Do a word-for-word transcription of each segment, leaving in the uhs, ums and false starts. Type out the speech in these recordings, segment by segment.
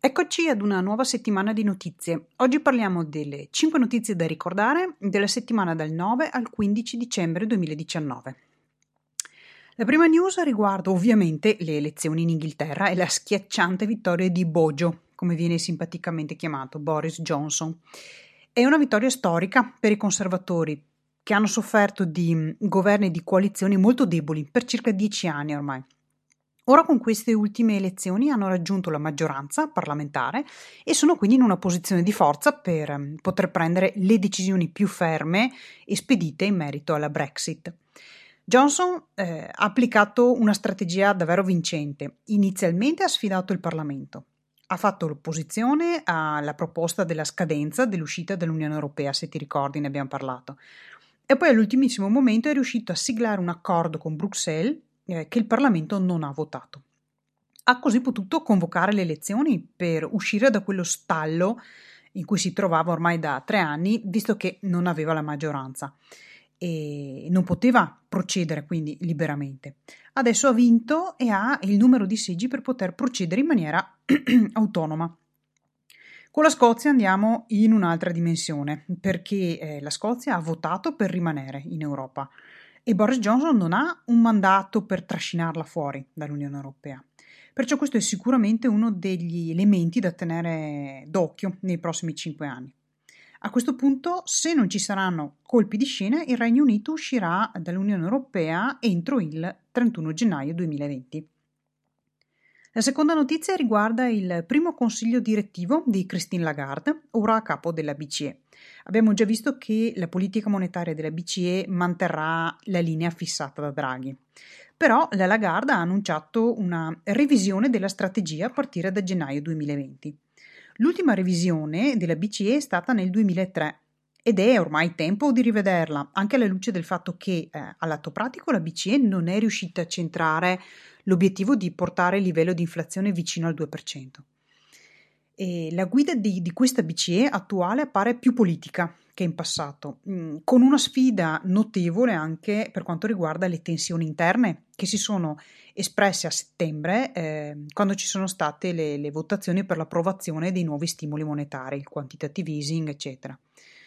Eccoci ad una nuova settimana di notizie. Oggi parliamo delle cinque notizie da ricordare della settimana dal nove al quindici dicembre duemiladiciannove. La prima news riguarda ovviamente le elezioni in Inghilterra e la schiacciante vittoria di Bojo, come viene simpaticamente chiamato, Boris Johnson. È una vittoria storica per i conservatori, che hanno sofferto di governi di coalizioni molto deboli per circa dieci anni ormai. Ora con queste ultime elezioni hanno raggiunto la maggioranza parlamentare e sono quindi in una posizione di forza per poter prendere le decisioni più ferme e spedite in merito alla Brexit. Johnson eh, ha applicato una strategia davvero vincente. Inizialmente ha sfidato il Parlamento. Ha fatto l'opposizione alla proposta della scadenza dell'uscita dall'Unione Europea, se ti ricordi, ne abbiamo parlato. E poi all'ultimissimo momento è riuscito a siglare un accordo con Bruxelles eh, che il Parlamento non ha votato. Ha così potuto convocare le elezioni per uscire da quello stallo in cui si trovava ormai da tre anni, visto che non aveva la maggioranza e non poteva procedere quindi liberamente. Adesso ha vinto e ha il numero di seggi per poter procedere in maniera autonoma. Con la Scozia andiamo in un'altra dimensione, perché eh, la Scozia ha votato per rimanere in Europa e Boris Johnson non ha un mandato per trascinarla fuori dall'Unione Europea. Perciò questo è sicuramente uno degli elementi da tenere d'occhio nei prossimi cinque anni. A questo punto, se non ci saranno colpi di scena, il Regno Unito uscirà dall'Unione Europea entro il trentuno gennaio duemilaventi. La seconda notizia riguarda il primo consiglio direttivo di Christine Lagarde, ora a capo della B C E. Abbiamo già visto che la politica monetaria della B C E manterrà la linea fissata da Draghi. Però la Lagarde ha annunciato una revisione della strategia a partire da gennaio duemilaventi. L'ultima revisione della B C E è stata nel duemilatré ed è ormai tempo di rivederla, anche alla luce del fatto che eh, all'atto pratico la B C E non è riuscita a centrare l'obiettivo di portare il livello di inflazione vicino al due per cento. E la guida di, di questa B C E attuale appare più politica che in passato, mh, con una sfida notevole anche per quanto riguarda le tensioni interne che si sono espresse a settembre eh, quando ci sono state le, le votazioni per l'approvazione dei nuovi stimoli monetari, il quantitative easing, eccetera.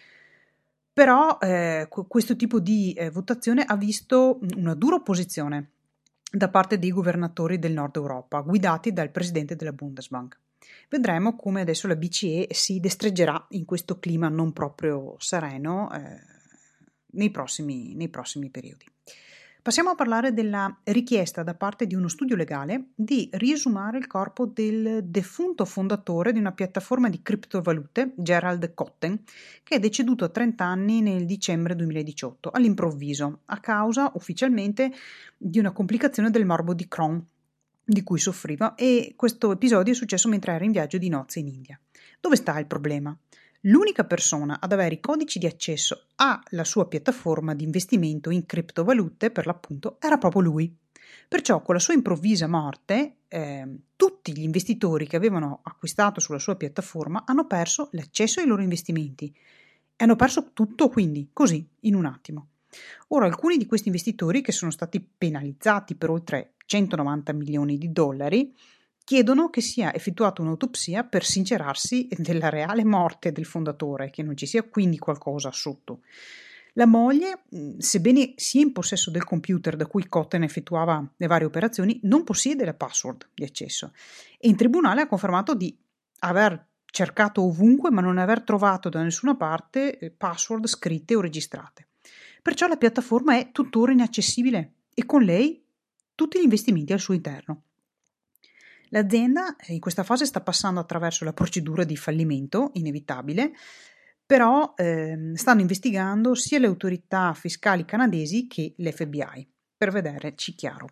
Però eh, questo tipo di eh, votazione ha visto una dura opposizione da parte dei governatori del Nord Europa, guidati dal presidente della Bundesbank. Vedremo come adesso la B C E si destreggerà in questo clima non proprio sereno eh, nei, prossimi, nei prossimi periodi. Passiamo a parlare della richiesta da parte di uno studio legale di riesumare il corpo del defunto fondatore di una piattaforma di criptovalute, Gerald Cotten, che è deceduto a trenta anni nel dicembre duemiladiciotto, all'improvviso, a causa ufficialmente di una complicazione del morbo di Crohn, di cui soffriva, e questo episodio è successo mentre era in viaggio di nozze in India. Dove sta il problema? L'unica persona ad avere i codici di accesso alla sua piattaforma di investimento in criptovalute, per l'appunto, era proprio lui. Perciò con la sua improvvisa morte, eh, tutti gli investitori che avevano acquistato sulla sua piattaforma hanno perso l'accesso ai loro investimenti e hanno perso tutto quindi, così, in un attimo. Ora, alcuni di questi investitori, che sono stati penalizzati per oltre centonovanta milioni di dollari, chiedono che sia effettuata un'autopsia per sincerarsi della reale morte del fondatore, che non ci sia quindi qualcosa sotto. La moglie, sebbene sia in possesso del computer da cui Cotten effettuava le varie operazioni, non possiede la password di accesso e in tribunale ha confermato di aver cercato ovunque ma non aver trovato da nessuna parte password scritte o registrate. Perciò la piattaforma è tuttora inaccessibile e con lei tutti gli investimenti al suo interno. L'azienda in questa fase sta passando attraverso la procedura di fallimento inevitabile, però eh, stanno investigando sia le autorità fiscali canadesi che l'F B I, per vederci chiaro.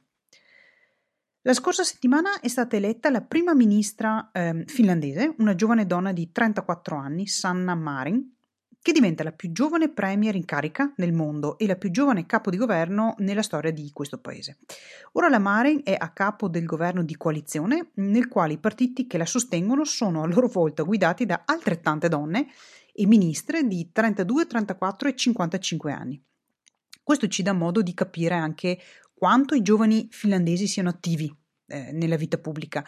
La scorsa settimana è stata eletta la prima ministra eh, finlandese, una giovane donna di trentaquattro anni, Sanna Marin, che diventa la più giovane premier in carica nel mondo e la più giovane capo di governo nella storia di questo paese. Ora la Marin è a capo del governo di coalizione, nel quale i partiti che la sostengono sono a loro volta guidati da altrettante donne e ministre di trentadue, trentaquattro e cinquantacinque anni. Questo ci dà modo di capire anche quanto i giovani finlandesi siano attivi eh, nella vita pubblica,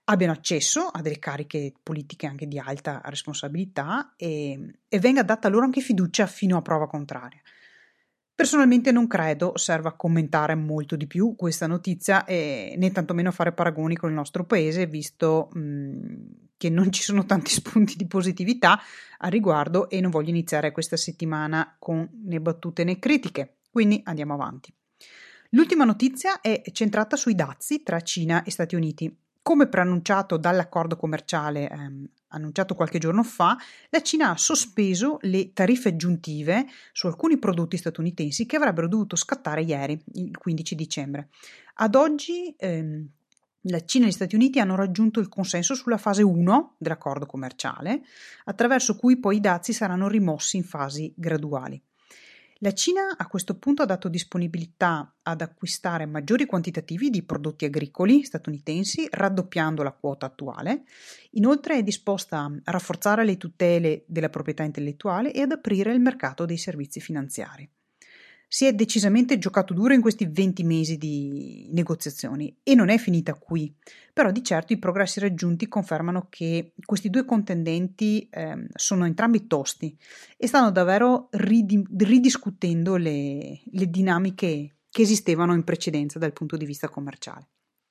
abbiano accesso a delle cariche politiche anche di alta responsabilità e, e venga data loro anche fiducia fino a prova contraria. Personalmente non credo serva commentare molto di più questa notizia e né tantomeno fare paragoni con il nostro paese, visto mh, che non ci sono tanti spunti di positività a riguardo e non voglio iniziare questa settimana con né battute né critiche, quindi andiamo avanti. L'ultima notizia è centrata sui dazi tra Cina e Stati Uniti. Come preannunciato dall'accordo commerciale ehm, annunciato qualche giorno fa, la Cina ha sospeso le tariffe aggiuntive su alcuni prodotti statunitensi che avrebbero dovuto scattare ieri, il quindici dicembre. Ad oggi ehm, la Cina e gli Stati Uniti hanno raggiunto il consenso sulla fase uno dell'accordo commerciale, attraverso cui poi i dazi saranno rimossi in fasi graduali. La Cina a questo punto ha dato disponibilità ad acquistare maggiori quantitativi di prodotti agricoli statunitensi, raddoppiando la quota attuale. Inoltre è disposta a rafforzare le tutele della proprietà intellettuale e ad aprire il mercato dei servizi finanziari. Si è decisamente giocato duro in questi venti mesi di negoziazioni e non è finita qui, però di certo i progressi raggiunti confermano che questi due contendenti eh, sono entrambi tosti e stanno davvero ridi- ridiscutendo le, le dinamiche che esistevano in precedenza dal punto di vista commerciale.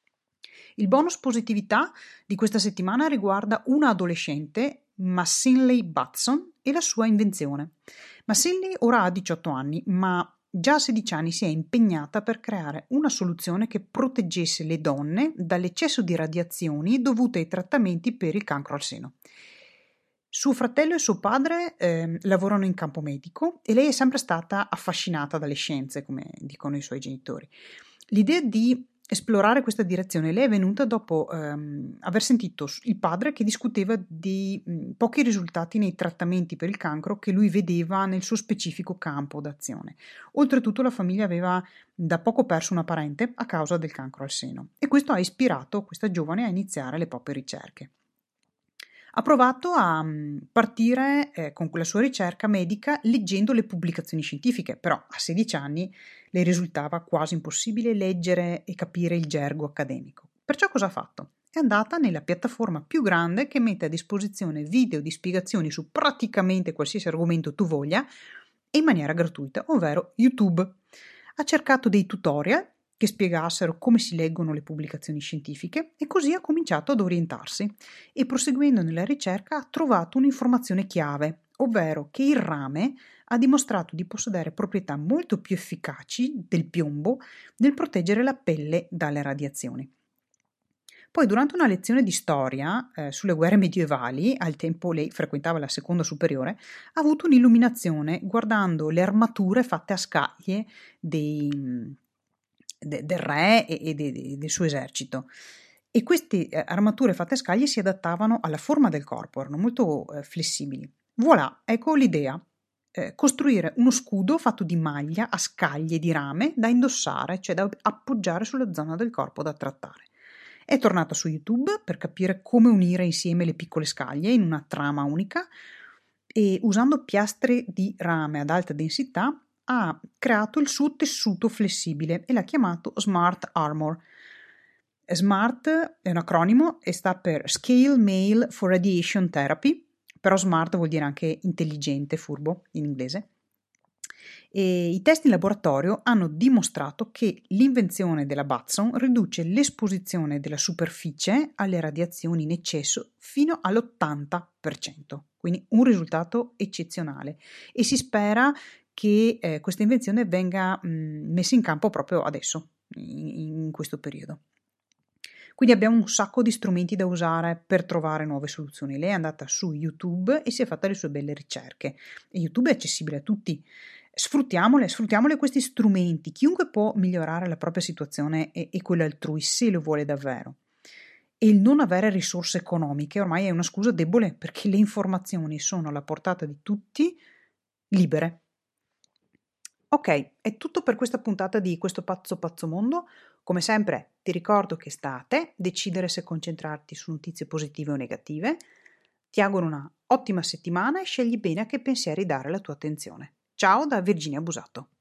Il bonus positività di questa settimana riguarda una adolescente, Massinley Batson, e la sua invenzione. Massinley ora ha diciotto anni, ma già a sedici anni si è impegnata per creare una soluzione che proteggesse le donne dall'eccesso di radiazioni dovute ai trattamenti per il cancro al seno. Suo fratello e suo padre eh, lavorano in campo medico e lei è sempre stata affascinata dalle scienze, come dicono i suoi genitori. L'idea di esplorare questa direzione le è venuta dopo ehm, aver sentito il padre che discuteva di mh, pochi risultati nei trattamenti per il cancro che lui vedeva nel suo specifico campo d'azione. Oltretutto la famiglia aveva da poco perso una parente a causa del cancro al seno e questo ha ispirato questa giovane a iniziare le proprie ricerche. Ha provato a partire eh, con quella sua ricerca medica leggendo le pubblicazioni scientifiche, però a sedici anni le risultava quasi impossibile leggere e capire il gergo accademico. Perciò cosa ha fatto? È andata nella piattaforma più grande che mette a disposizione video di spiegazioni su praticamente qualsiasi argomento tu voglia e in maniera gratuita, ovvero YouTube. Ha cercato dei tutorial che spiegassero come si leggono le pubblicazioni scientifiche e così ha cominciato ad orientarsi e proseguendo nella ricerca ha trovato un'informazione chiave, ovvero che il rame ha dimostrato di possedere proprietà molto più efficaci del piombo nel proteggere la pelle dalle radiazioni. Poi durante una lezione di storia eh, sulle guerre medievali, al tempo lei frequentava la seconda superiore, ha avuto un'illuminazione guardando le armature fatte a scaglie dei De, del re e, e de, del suo esercito. E queste eh, armature fatte a scaglie si adattavano alla forma del corpo, erano molto eh, flessibili. Voilà, ecco l'idea. Eh, costruire uno scudo fatto di maglia a scaglie di rame da indossare, cioè da appoggiare sulla zona del corpo da trattare. È tornata su YouTube per capire come unire insieme le piccole scaglie in una trama unica e usando piastre di rame ad alta densità ha creato il suo tessuto flessibile e l'ha chiamato Smart Armor. SMART è un acronimo e sta per Scale Mail for Radiation Therapy, però smart vuol dire anche intelligente, furbo in inglese. E i test in laboratorio hanno dimostrato che l'invenzione della Batson riduce l'esposizione della superficie alle radiazioni in eccesso fino all'ottanta per cento, quindi un risultato eccezionale e si spera che eh, questa invenzione venga mh, messa in campo proprio adesso, in, in questo periodo. Quindi abbiamo un sacco di strumenti da usare per trovare nuove soluzioni. Lei è andata su YouTube e si è fatta le sue belle ricerche. E YouTube è accessibile a tutti. Sfruttiamole, sfruttiamole questi strumenti. Chiunque può migliorare la propria situazione e, e quella altrui, se lo vuole davvero. E il non avere risorse economiche ormai è una scusa debole, perché le informazioni sono alla portata di tutti, libere. Ok, è tutto per questa puntata di Questo Pazzo Pazzo Mondo. Come sempre ti ricordo che sta a te decidere se concentrarti su notizie positive o negative. Ti auguro una ottima settimana e scegli bene a che pensieri dare la tua attenzione. Ciao da Virginia Busato.